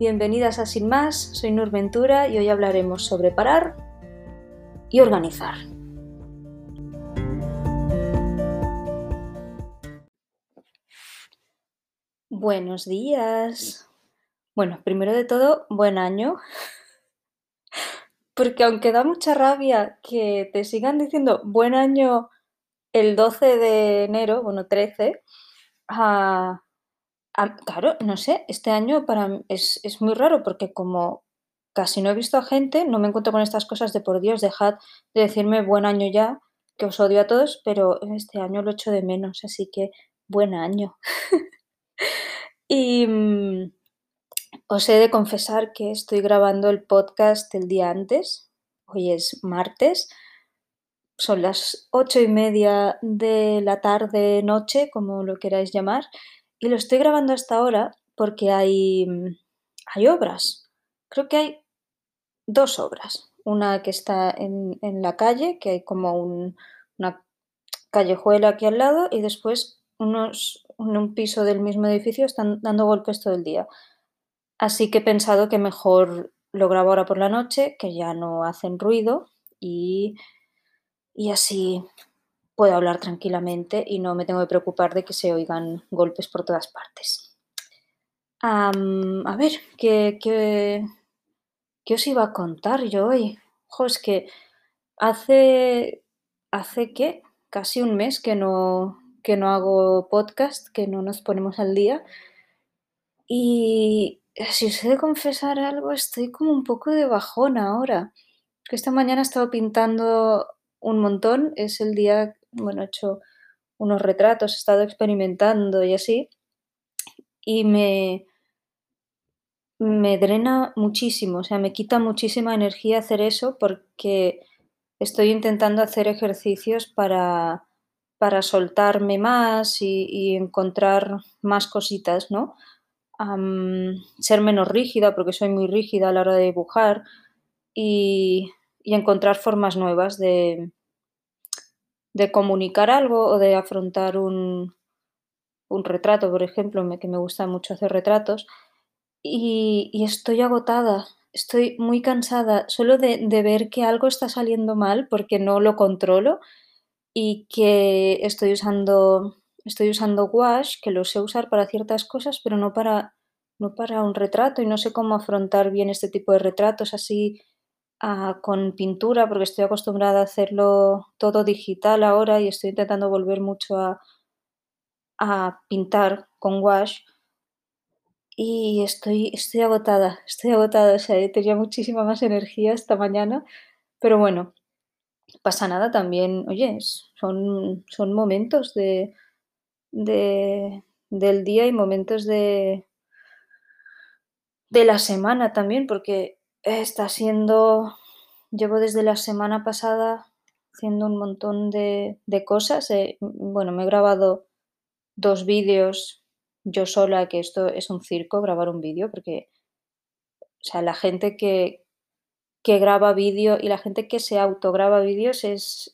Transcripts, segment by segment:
bienvenidas a Sin Más, soy Nur Ventura y hoy hablaremos sobre parar y organizar. Buenos días. Bueno, primero de todo, buen año, porque aunque da mucha rabia que te sigan diciendo buen año el 12 de enero, 13, claro, no sé, este año para mí es muy raro porque como casi no he visto a gente, no me encuentro con estas cosas de por Dios, dejad de decirme buen año ya, que os odio a todos, pero este año lo echo de menos, así que buen año. Y os he de confesar que estoy grabando el podcast el día antes, hoy es martes, son las 8:30 de la tarde, noche, como lo queráis llamar, y lo estoy grabando hasta ahora porque hay obras. Creo que hay 2 obras. Una que está en la calle, que hay como una callejuela aquí al lado, y después en un piso del mismo edificio están dando golpes todo el día. Así que he pensado que mejor lo grabo ahora por la noche, que ya no hacen ruido y así puedo hablar tranquilamente y no me tengo que preocupar de que se oigan golpes por todas partes. A ver, ¿qué os iba a contar yo hoy? Es que hace ¿qué? Casi un mes que no hago podcast, que no nos ponemos al día. Y si os he de confesar algo, estoy como un poco de bajón ahora. Que esta mañana he estado pintando un montón, es el día, bueno, he hecho unos retratos, he estado experimentando y así, y me drena muchísimo, o sea, me quita muchísima energía hacer eso porque estoy intentando hacer ejercicios para soltarme más y encontrar más cositas, ¿no? Ser menos rígida, porque soy muy rígida a la hora de dibujar, y, y encontrar formas nuevas de comunicar algo o de afrontar un retrato, por ejemplo, que me gusta mucho hacer retratos, y estoy agotada, estoy muy cansada solo de ver que algo está saliendo mal porque no lo controlo y que estoy usando gouache, que lo sé usar para ciertas cosas, pero no para un retrato, y no sé cómo afrontar bien este tipo de retratos así, con pintura, porque estoy acostumbrada a hacerlo todo digital ahora y estoy intentando volver mucho a pintar con gouache y estoy agotada, o sea, tenía muchísima más energía esta mañana, pero bueno, pasa nada también, oye, son momentos del día y momentos de la semana también, porque está siendo llevo desde la semana pasada haciendo un montón de cosas, bueno, me he grabado 2 vídeos yo sola, que esto es un circo grabar un vídeo, porque, o sea, la gente que graba vídeo y la gente que se autograba vídeos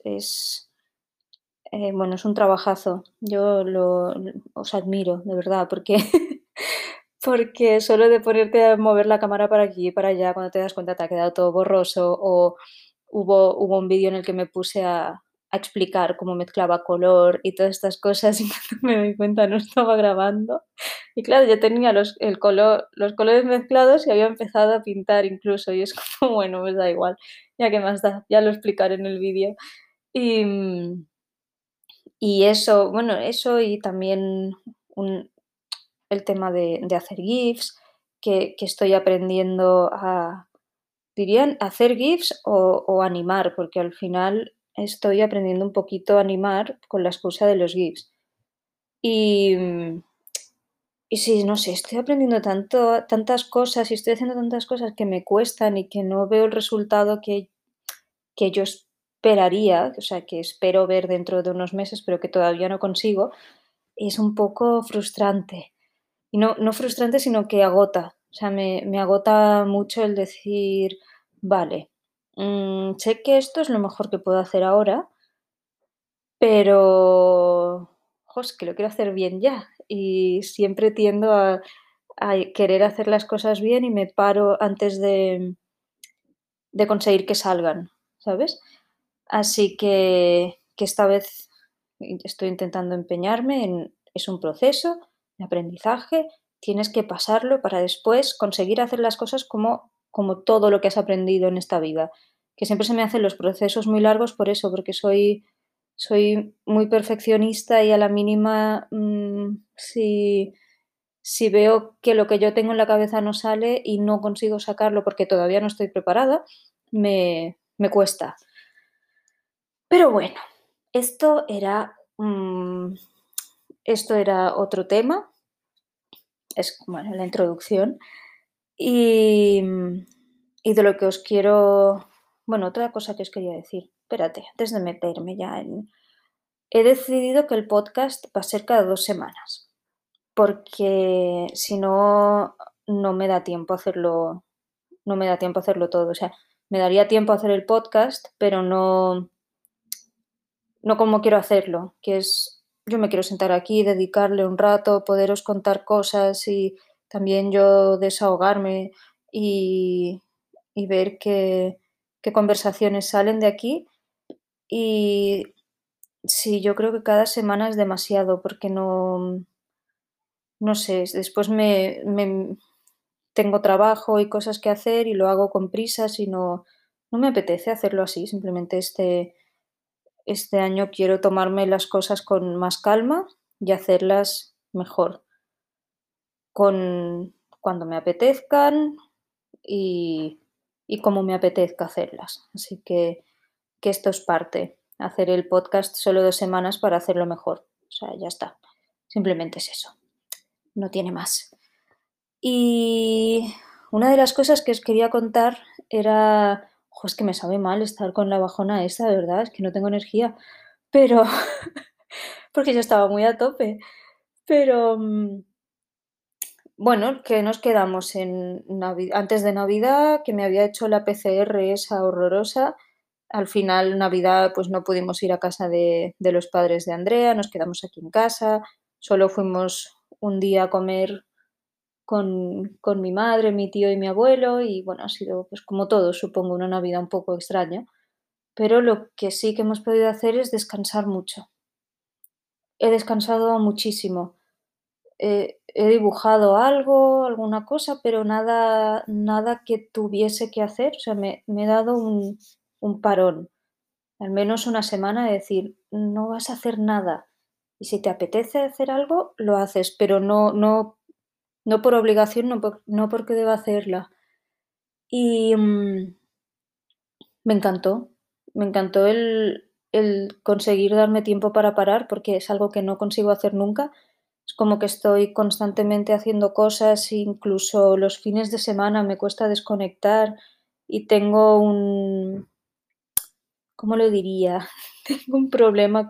bueno, es un trabajazo. Yo os admiro, de verdad, porque porque solo de ponerte a mover la cámara para aquí y para allá, cuando te das cuenta te ha quedado todo borroso, o hubo un vídeo en el que me puse a explicar cómo mezclaba color y todas estas cosas, y cuando me doy cuenta no estaba grabando. Y claro, ya tenía los colores mezclados y había empezado a pintar incluso, y es como, bueno, pues da igual, ya qué más da, ya lo explicaré en el vídeo. Y, y eso, bueno, eso y también un el tema de hacer GIFs, que estoy aprendiendo dirían hacer GIFs o animar, porque al final estoy aprendiendo un poquito a animar con la excusa de los GIFs. Y, y sí, no sé, estoy aprendiendo tantas cosas y estoy haciendo tantas cosas que me cuestan y que no veo el resultado que yo esperaría, o sea, que espero ver dentro de unos meses, pero que todavía no consigo, es un poco frustrante. Y no frustrante, sino que agota. O sea, me agota mucho el decir: "Vale, sé que esto es lo mejor que puedo hacer ahora, pero, es que lo quiero hacer bien ya". Y siempre tiendo a querer hacer las cosas bien y me paro antes de conseguir que salgan, ¿sabes? Así que esta vez estoy intentando empeñarme en es un proceso de aprendizaje, tienes que pasarlo para después conseguir hacer las cosas como todo lo que has aprendido en esta vida. Que siempre se me hacen los procesos muy largos por eso, porque soy muy perfeccionista y a la mínima, si veo que lo que yo tengo en la cabeza no sale y no consigo sacarlo porque todavía no estoy preparada, me cuesta. Pero bueno, esto era, esto era otro tema, es, bueno, la introducción. Y, y de lo que os quiero bueno, otra cosa que os quería decir. Espérate, antes de meterme ya en he decidido que el podcast va a ser cada 2 semanas, porque si no, no me da tiempo a hacerlo no me da tiempo a hacerlo todo. O sea, me daría tiempo a hacer el podcast, pero no como quiero hacerlo, que es, yo me quiero sentar aquí, dedicarle un rato, poderos contar cosas y también yo desahogarme y, y ver qué conversaciones salen de aquí. Y sí, yo creo que cada semana es demasiado porque no sé, después tengo trabajo y cosas que hacer y lo hago con prisas y no me apetece hacerlo así. Simplemente este año quiero tomarme las cosas con más calma y hacerlas mejor, con cuando me apetezcan y, y como me apetezca hacerlas. Así que esto es parte, hacer el podcast solo 2 semanas para hacerlo mejor. O sea, ya está. Simplemente es eso. No tiene más. Y una de las cosas que os quería contar era, es que me sabe mal estar con la bajona esta, de verdad, es que no tengo energía, pero porque yo estaba muy a tope. Pero, bueno, que nos quedamos en antes de Navidad, que me había hecho la PCR esa horrorosa. Al final, Navidad, pues no pudimos ir a casa de los padres de Andrea, nos quedamos aquí en casa. Solo fuimos un día a comer con mi madre, mi tío y mi abuelo y, bueno, ha sido, pues como todo, supongo, una Navidad un poco extraña. Pero lo que sí que hemos podido hacer es descansar mucho. He descansado muchísimo. He dibujado algo, alguna cosa, pero nada que tuviese que hacer. O sea, me he dado un parón, al menos una semana de decir: "No vas a hacer nada". Y si te apetece hacer algo, lo haces, pero no por obligación, no porque deba hacerla. Y, me encantó el conseguir darme tiempo para parar, porque es algo que no consigo hacer nunca. Es como que estoy constantemente haciendo cosas, incluso los fines de semana me cuesta desconectar y tengo ¿cómo lo diría? Tengo un problema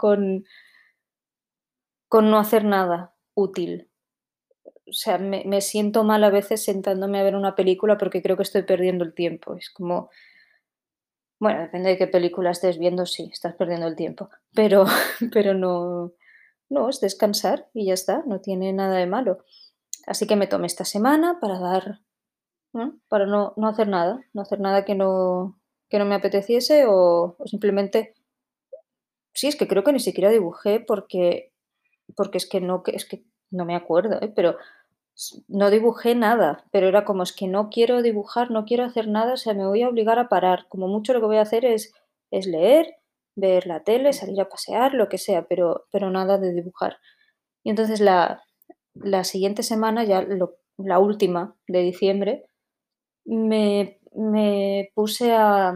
con no hacer nada útil. O sea, me siento mal a veces sentándome a ver una película porque creo que estoy perdiendo el tiempo. Es como, bueno, depende de qué película estés viendo, sí, estás perdiendo el tiempo, pero pero no, es descansar y ya está, no tiene nada de malo. Así que me tomé esta semana para para no hacer nada, no hacer nada que no me apeteciese o simplemente sí, es que creo que ni siquiera dibujé porque es que no me acuerdo, pero no dibujé nada, pero era como, es que no quiero dibujar, no quiero hacer nada, o sea, me voy a obligar a parar. Como mucho lo que voy a hacer es leer, ver la tele, salir a pasear, lo que sea, pero nada de dibujar. Y entonces la siguiente semana, la última de diciembre, me puse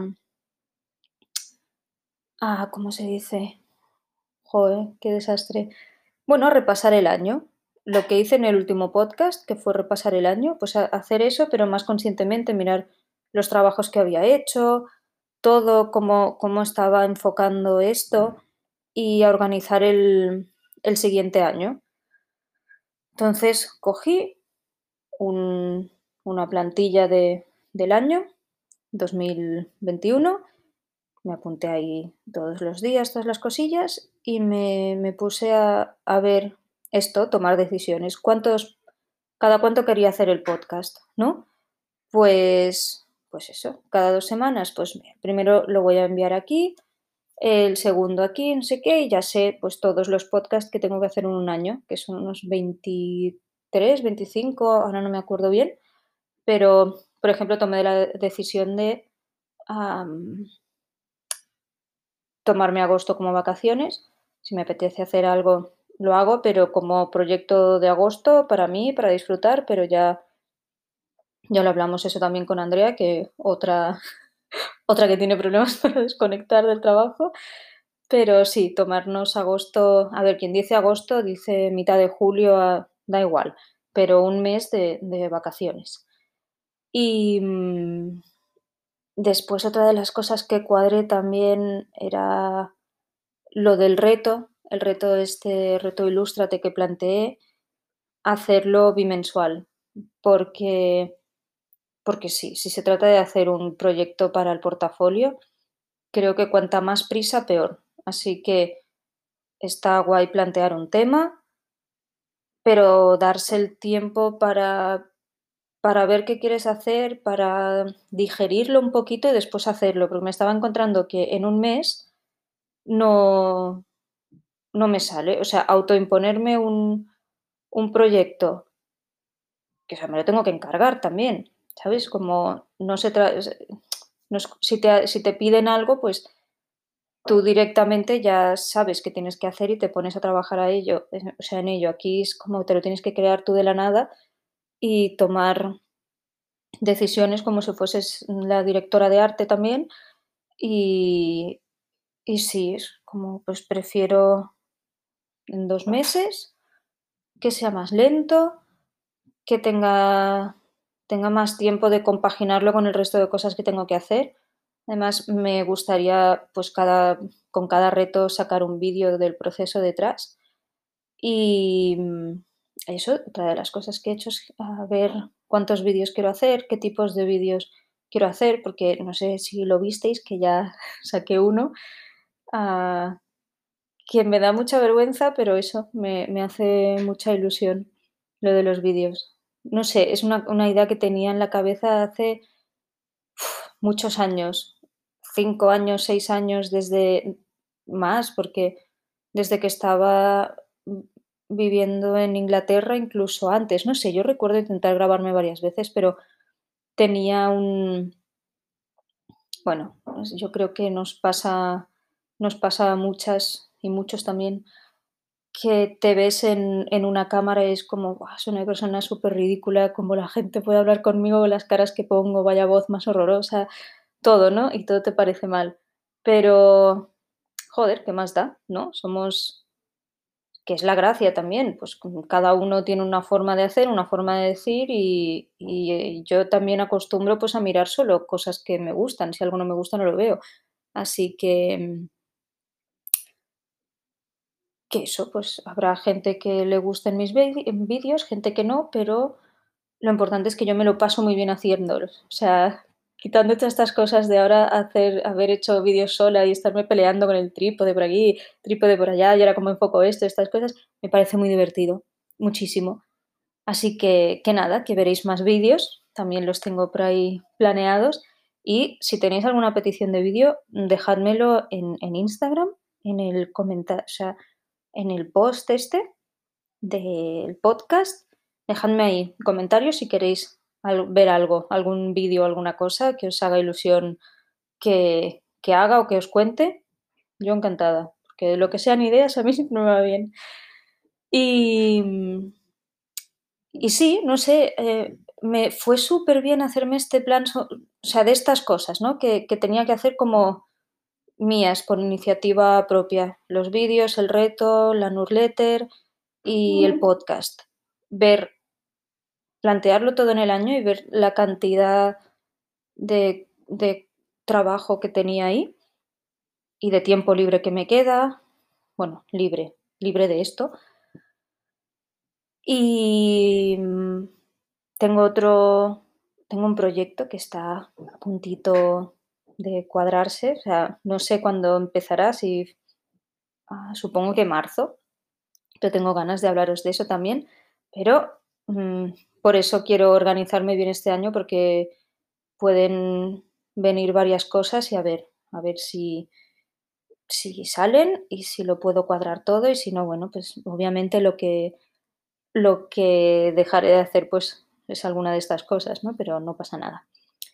¿cómo se dice? Joder, qué desastre. Bueno, a repasar el año. Lo que hice en el último podcast, que fue repasar el año, pues hacer eso, pero más conscientemente, mirar los trabajos que había hecho, todo, cómo estaba enfocando esto y a organizar el siguiente año. Entonces cogí una plantilla del año 2021. Me apunté ahí todos los días, todas las cosillas, y me puse a ver esto, tomar decisiones. ¿cada cuánto quería hacer el podcast, no? Pues eso, cada 2 semanas, pues mira, primero lo voy a enviar aquí, el segundo aquí, no sé qué, y ya sé, pues todos los podcasts que tengo que hacer en un año, que son unos 23, 25, ahora no me acuerdo bien, pero, por ejemplo, tomé la decisión de, am, tomarme agosto como vacaciones. Si me apetece hacer algo, lo hago, pero como proyecto de agosto para mí, para disfrutar, pero ya lo hablamos eso también con Andrea, que otra que tiene problemas para desconectar del trabajo. Pero sí, tomarnos agosto, a ver, quien dice agosto dice mitad de julio, da igual, pero un mes de vacaciones. Y, después otra de las cosas que cuadré también era lo del reto, el reto este reto Ilústrate que planteé, hacerlo bimensual, porque porque sí, si se trata de hacer un proyecto para el portafolio, creo que cuanta más prisa, peor. Así que está guay plantear un tema, pero darse el tiempo para ver qué quieres hacer, para digerirlo un poquito y después hacerlo, porque me estaba encontrando que en un mes no no me sale. O sea, autoimponerme un proyecto que, o sea, me lo tengo que encargar también, ¿sabes? Como no se tra no es si te piden algo, pues tú directamente ya sabes qué tienes que hacer y te pones a trabajar a ello, o sea, en ello. Aquí es como te lo tienes que crear tú de la nada y tomar decisiones como si fueses la directora de arte también. Y y sí, es como, pues prefiero en 2 meses, que sea más lento, que tenga más tiempo de compaginarlo con el resto de cosas que tengo que hacer. Además, me gustaría, pues, con cada reto sacar un vídeo del proceso detrás. Y, eso, otra de las cosas que he hecho es a ver cuántos vídeos quiero hacer, qué tipos de vídeos quiero hacer, porque no sé si lo visteis, que ya saqué uno, ah, que me da mucha vergüenza, pero eso, me hace mucha ilusión lo de los vídeos. No sé, es una idea que tenía en la cabeza hace muchos años, 5 años, 6 años, desde más, porque desde que estaba viviendo en Inglaterra, incluso antes, no sé, yo recuerdo intentar grabarme varias veces, pero tenía bueno, pues yo creo que nos pasa a muchas y muchos también, que te ves en una cámara y es como: "Buah, soy una persona súper ridícula, cómo la gente puede hablar conmigo, las caras que pongo, vaya voz más horrorosa", todo, ¿no? Y todo te parece mal. Pero, joder, ¿qué más da?, ¿no? Que es la gracia también, pues como cada uno tiene una forma de hacer, una forma de decir y yo también acostumbro, pues, a mirar solo cosas que me gustan, si algo no me gusta, no lo veo. Así que eso, pues habrá gente que le gusten mis vídeos, gente que no, pero lo importante es que yo me lo paso muy bien haciéndolos. O sea, quitando todas estas cosas de ahora haber hecho vídeos sola y estarme peleando con el trípode por aquí, trípode por allá, y ahora cómo enfoco esto, estas cosas, me parece muy divertido, muchísimo. Así que nada, que veréis más vídeos, también los tengo por ahí planeados. Y si tenéis alguna petición de vídeo, dejádmelo en Instagram, en el o sea, en el post este del podcast, dejadme ahí comentarios si queréis ver algo, algún vídeo, alguna cosa que os haga ilusión que haga o que os cuente. Yo encantada, porque lo que sean ideas a mí siempre me va bien. Y, y sí, no sé, me fue súper bien hacerme este plan, o sea, de estas cosas, ¿no? Que tenía que hacer como mías, por iniciativa propia. Los vídeos, el reto, la newsletter y el podcast. Ver Plantearlo todo en el año y ver la cantidad de trabajo que tenía ahí y de tiempo libre que me queda, bueno, libre de esto. Y, tengo otro tengo un proyecto que está a puntito de cuadrarse, o sea, no sé cuándo empezará, si supongo que marzo, pero tengo ganas de hablaros de eso también, pero, por eso quiero organizarme bien este año, porque pueden venir varias cosas y a ver si salen y si lo puedo cuadrar todo, y si no, bueno, pues obviamente lo que dejaré de hacer, pues, es alguna de estas cosas, ¿no? Pero no pasa nada.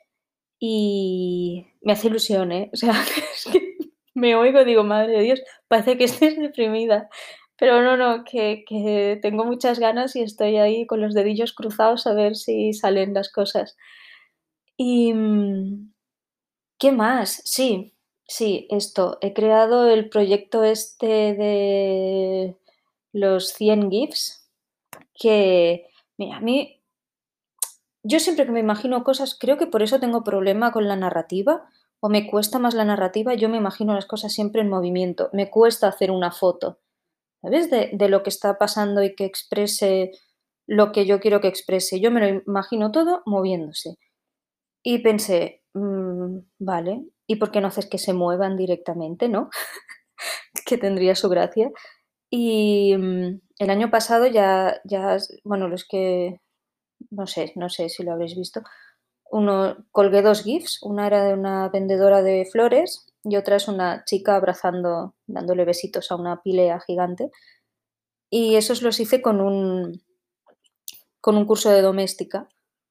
Y me hace ilusión, ¿eh? O sea, es que me oigo y digo: "Madre de Dios, parece que estés deprimida". Pero no, no, que tengo muchas ganas y estoy ahí con los dedillos cruzados a ver si salen las cosas. Y, ¿qué más? Sí, sí, esto, he creado el proyecto este de los 100 GIFs que, mira, a mí yo siempre que me imagino cosas, creo que por eso tengo problema con la narrativa, o me cuesta más la narrativa, yo me imagino las cosas siempre en movimiento, me cuesta hacer una foto, ¿sabes? De lo que está pasando y que exprese lo que yo quiero que exprese. Yo me lo imagino todo moviéndose. Y pensé, vale, ¿y por qué no haces que se muevan directamente, no? Que tendría su gracia. Y el año pasado bueno, los que, no sé si lo habréis visto, colgué 2 GIFs, una era de una vendedora de flores y otra es una chica abrazando, dándole besitos a una pilea gigante. Y esos los hice con un curso de doméstica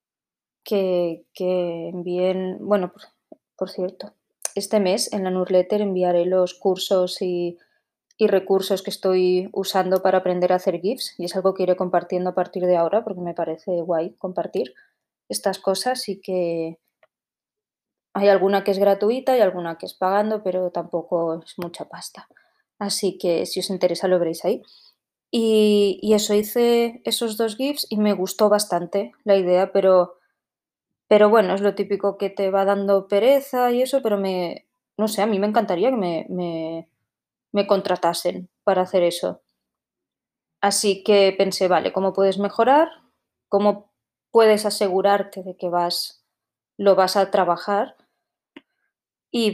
que envié bueno, por cierto, este mes en la newsletter enviaré los cursos y recursos que estoy usando para aprender a hacer GIFs, y es algo que iré compartiendo a partir de ahora, porque me parece guay compartir estas cosas, y que hay alguna que es gratuita y alguna que es pagando, pero tampoco es mucha pasta. Así que si os interesa lo veréis ahí. Y eso, hice esos 2 GIFs y me gustó bastante la idea, pero bueno, es lo típico que te va dando pereza y eso, pero no sé, a mí me encantaría que me contratasen para hacer eso. Así que pensé, vale, ¿cómo puedes mejorar? ¿Cómo puedes asegurarte de que lo vas a trabajar y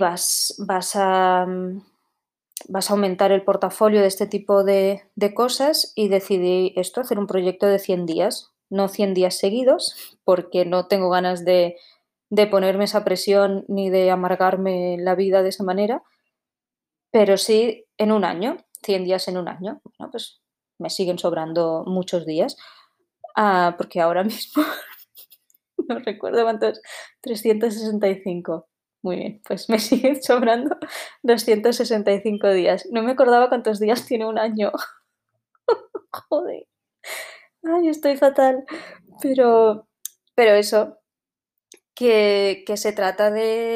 vas a aumentar el portafolio de este tipo de cosas? Y decidí esto, hacer un proyecto de 100 días, no 100 días seguidos, porque no tengo ganas de ponerme esa presión ni de amargarme la vida de esa manera, pero sí en un año, 100 días en un año. Bueno, pues me siguen sobrando muchos días, porque ahora mismo no recuerdo cuántos, 365. Muy bien, pues me siguen sobrando 265 días. No me acordaba cuántos días tiene un año. Joder. Ay, estoy fatal. Pero pero eso, que se trata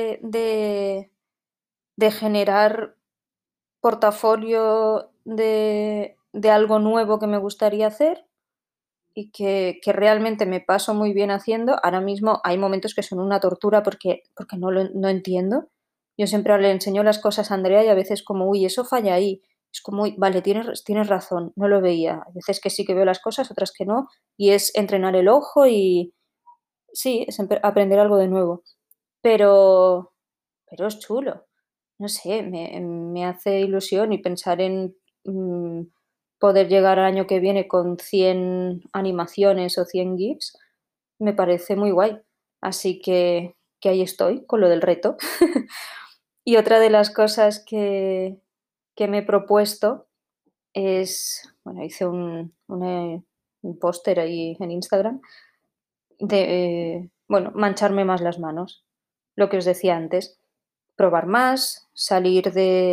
de generar portafolio de algo nuevo que me gustaría hacer y que realmente me paso muy bien haciendo. Ahora mismo hay momentos que son una tortura porque no entiendo. Yo siempre le enseño las cosas a Andrea y a veces como: "Uy, eso falla ahí". Es como: "Uy, vale, tienes razón, no lo veía". Hay veces que sí que veo las cosas, otras que no, y es entrenar el ojo y sí, es aprender algo de nuevo. Pero pero es chulo. No sé, me hace ilusión, y pensar en, poder llegar al año que viene con 100 animaciones o 100 GIFs, me parece muy guay. Así que ahí estoy con lo del reto. Y otra de las cosas que me he propuesto es, bueno, hice un póster ahí en Instagram de, bueno, mancharme más las manos, lo que os decía antes, probar más, salir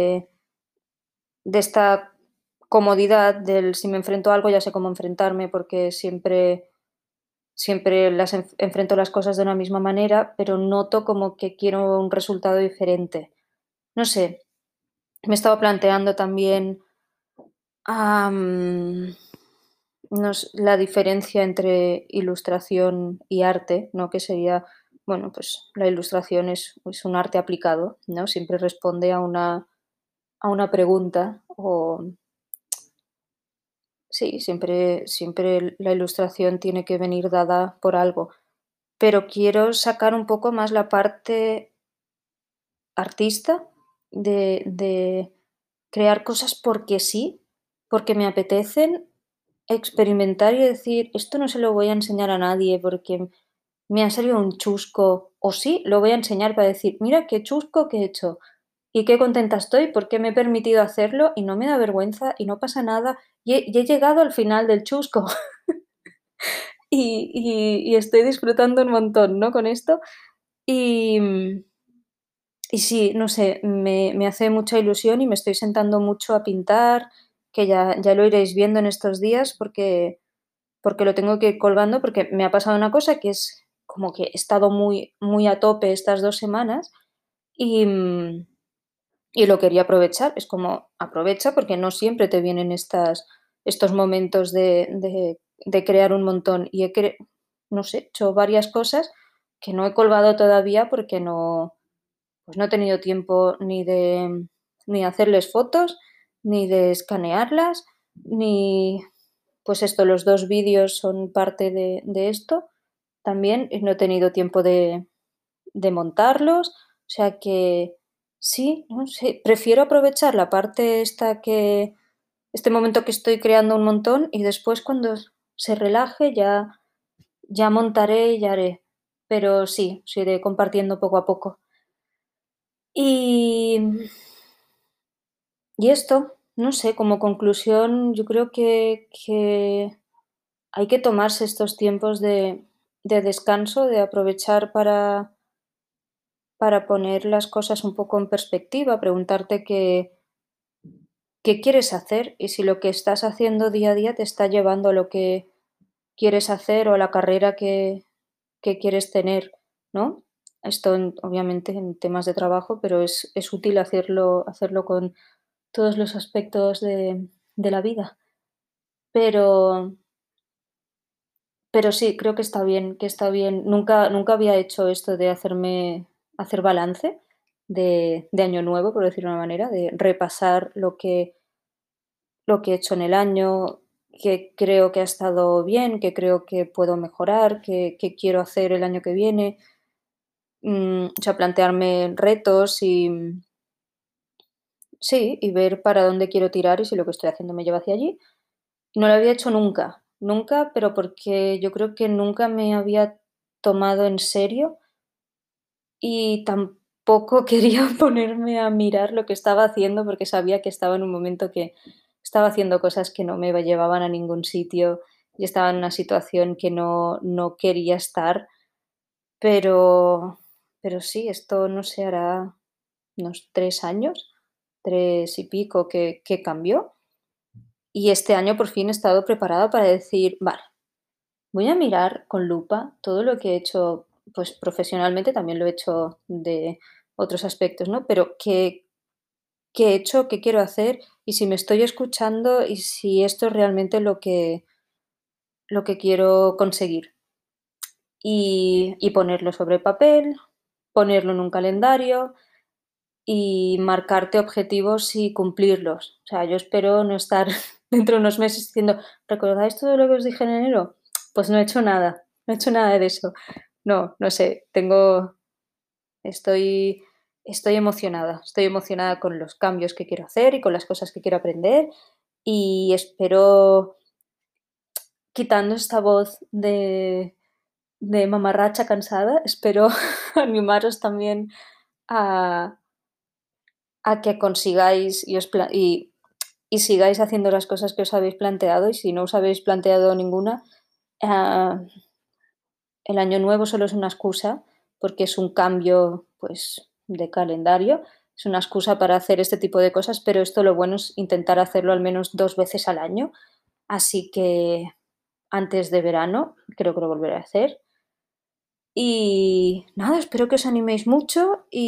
de esta comodidad del si me enfrento a algo ya sé cómo enfrentarme, porque siempre enfrento las cosas de una misma manera, pero noto como que quiero un resultado diferente. No sé, me estaba planteando también, am, la diferencia entre ilustración y arte, ¿no? Que sería, bueno, pues la ilustración es un arte aplicado, ¿no? Siempre responde a una pregunta, o sí, siempre la ilustración tiene que venir dada por algo, pero quiero sacar un poco más la parte artista de crear cosas porque sí, porque me apetecen, experimentar y decir: "Esto no se lo voy a enseñar a nadie porque me ha salido un chusco", o sí, lo voy a enseñar para decir: "Mira qué chusco que he hecho y qué contenta estoy porque me he permitido hacerlo y no me da vergüenza y no pasa nada y he llegado al final del chusco". Y estoy disfrutando un montón, ¿no?, con esto. Y, y sí, no sé, me hace mucha ilusión y me estoy sentando mucho a pintar, que ya lo iréis viendo en estos días porque lo tengo que ir colgando, porque me ha pasado una cosa que es como que he estado muy a tope estas 2 semanas y, y lo quería aprovechar. Es como, aprovecha porque no siempre te vienen estos momentos de crear un montón. Y no sé, hecho varias cosas que no he colgado todavía porque pues no he tenido tiempo ni de hacerles fotos, ni de escanearlas, ni, pues esto, los 2 vídeos son parte de esto también, y no he tenido tiempo de montarlos. O sea que sí, no sé, prefiero aprovechar la parte esta que este momento que estoy creando un montón y después cuando se relaje ya montaré y ya haré. Pero sí, os iré compartiendo poco a poco. Y esto, no sé, como conclusión, yo creo que hay que tomarse estos tiempos de descanso, de aprovechar para poner las cosas un poco en perspectiva, preguntarte qué quieres hacer y si lo que estás haciendo día a día te está llevando a lo que quieres hacer o a la carrera que quieres tener, ¿no? Esto obviamente en temas de trabajo, pero es útil hacerlo con todos los aspectos de la vida. Pero, pero sí, creo que está bien. Nunca había hecho esto de hacer balance de año nuevo, por decirlo de una manera, de repasar lo que he hecho en el año, que creo que ha estado bien, que creo que puedo mejorar, que quiero hacer el año que viene. O sea, plantearme retos y sí, y ver para dónde quiero tirar y si lo que estoy haciendo me lleva hacia allí. No lo había hecho nunca, nunca, pero porque yo creo que nunca me había tomado en serio y tampoco quería ponerme a mirar lo que estaba haciendo, porque sabía que estaba en un momento que estaba haciendo cosas que no me llevaban a ningún sitio y estaba en una situación que no quería estar, pero sí, esto no sé, hará unos 3 años, 3 y pico que cambió, y este año por fin he estado preparada para decir: "Vale, voy a mirar con lupa todo lo que he hecho, pues, profesionalmente, también lo he hecho de otros aspectos, ¿no? Pero qué he hecho, qué quiero hacer y si me estoy escuchando y si esto es realmente lo que quiero conseguir". Y ponerlo sobre papel, ponerlo en un calendario y marcarte objetivos y cumplirlos. O sea, yo espero no estar dentro de unos meses diciendo: "¿Recordáis todo lo que os dije en enero?". Pues no he hecho nada, no he hecho nada de eso. No, no sé, estoy estoy emocionada con los cambios que quiero hacer y con las cosas que quiero aprender, y espero, quitando esta voz de mamarracha cansada, espero animaros también a que consigáis y sigáis haciendo las cosas que os habéis planteado, y si no os habéis planteado ninguna, ah, el año nuevo solo es una excusa, porque es un cambio, pues, de calendario, es una excusa para hacer este tipo de cosas, pero esto lo bueno es intentar hacerlo al menos 2 veces al año, así que antes de verano creo que lo volveré a hacer. Y nada, espero que os animéis mucho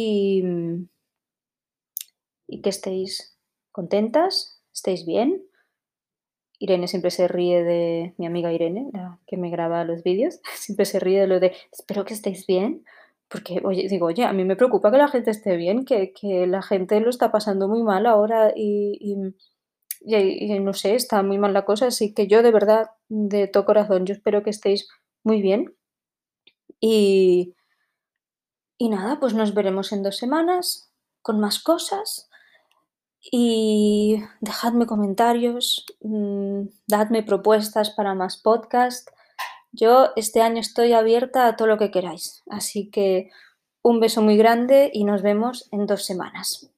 y que estéis contentas, estéis bien. Irene siempre se ríe de mi amiga Irene, la que me graba los vídeos, siempre se ríe de lo de: "Espero que estéis bien", porque, oye, digo: "Oye, a mí me preocupa que la gente esté bien, que la gente lo está pasando muy mal ahora y no sé, está muy mal la cosa", así que yo de verdad, de todo corazón, yo espero que estéis muy bien y nada, pues nos veremos en 2 semanas con más cosas y dejadme comentarios, dadme propuestas para más podcast. Yo este año estoy abierta a todo lo que queráis, así que un beso muy grande y nos vemos en 2 semanas.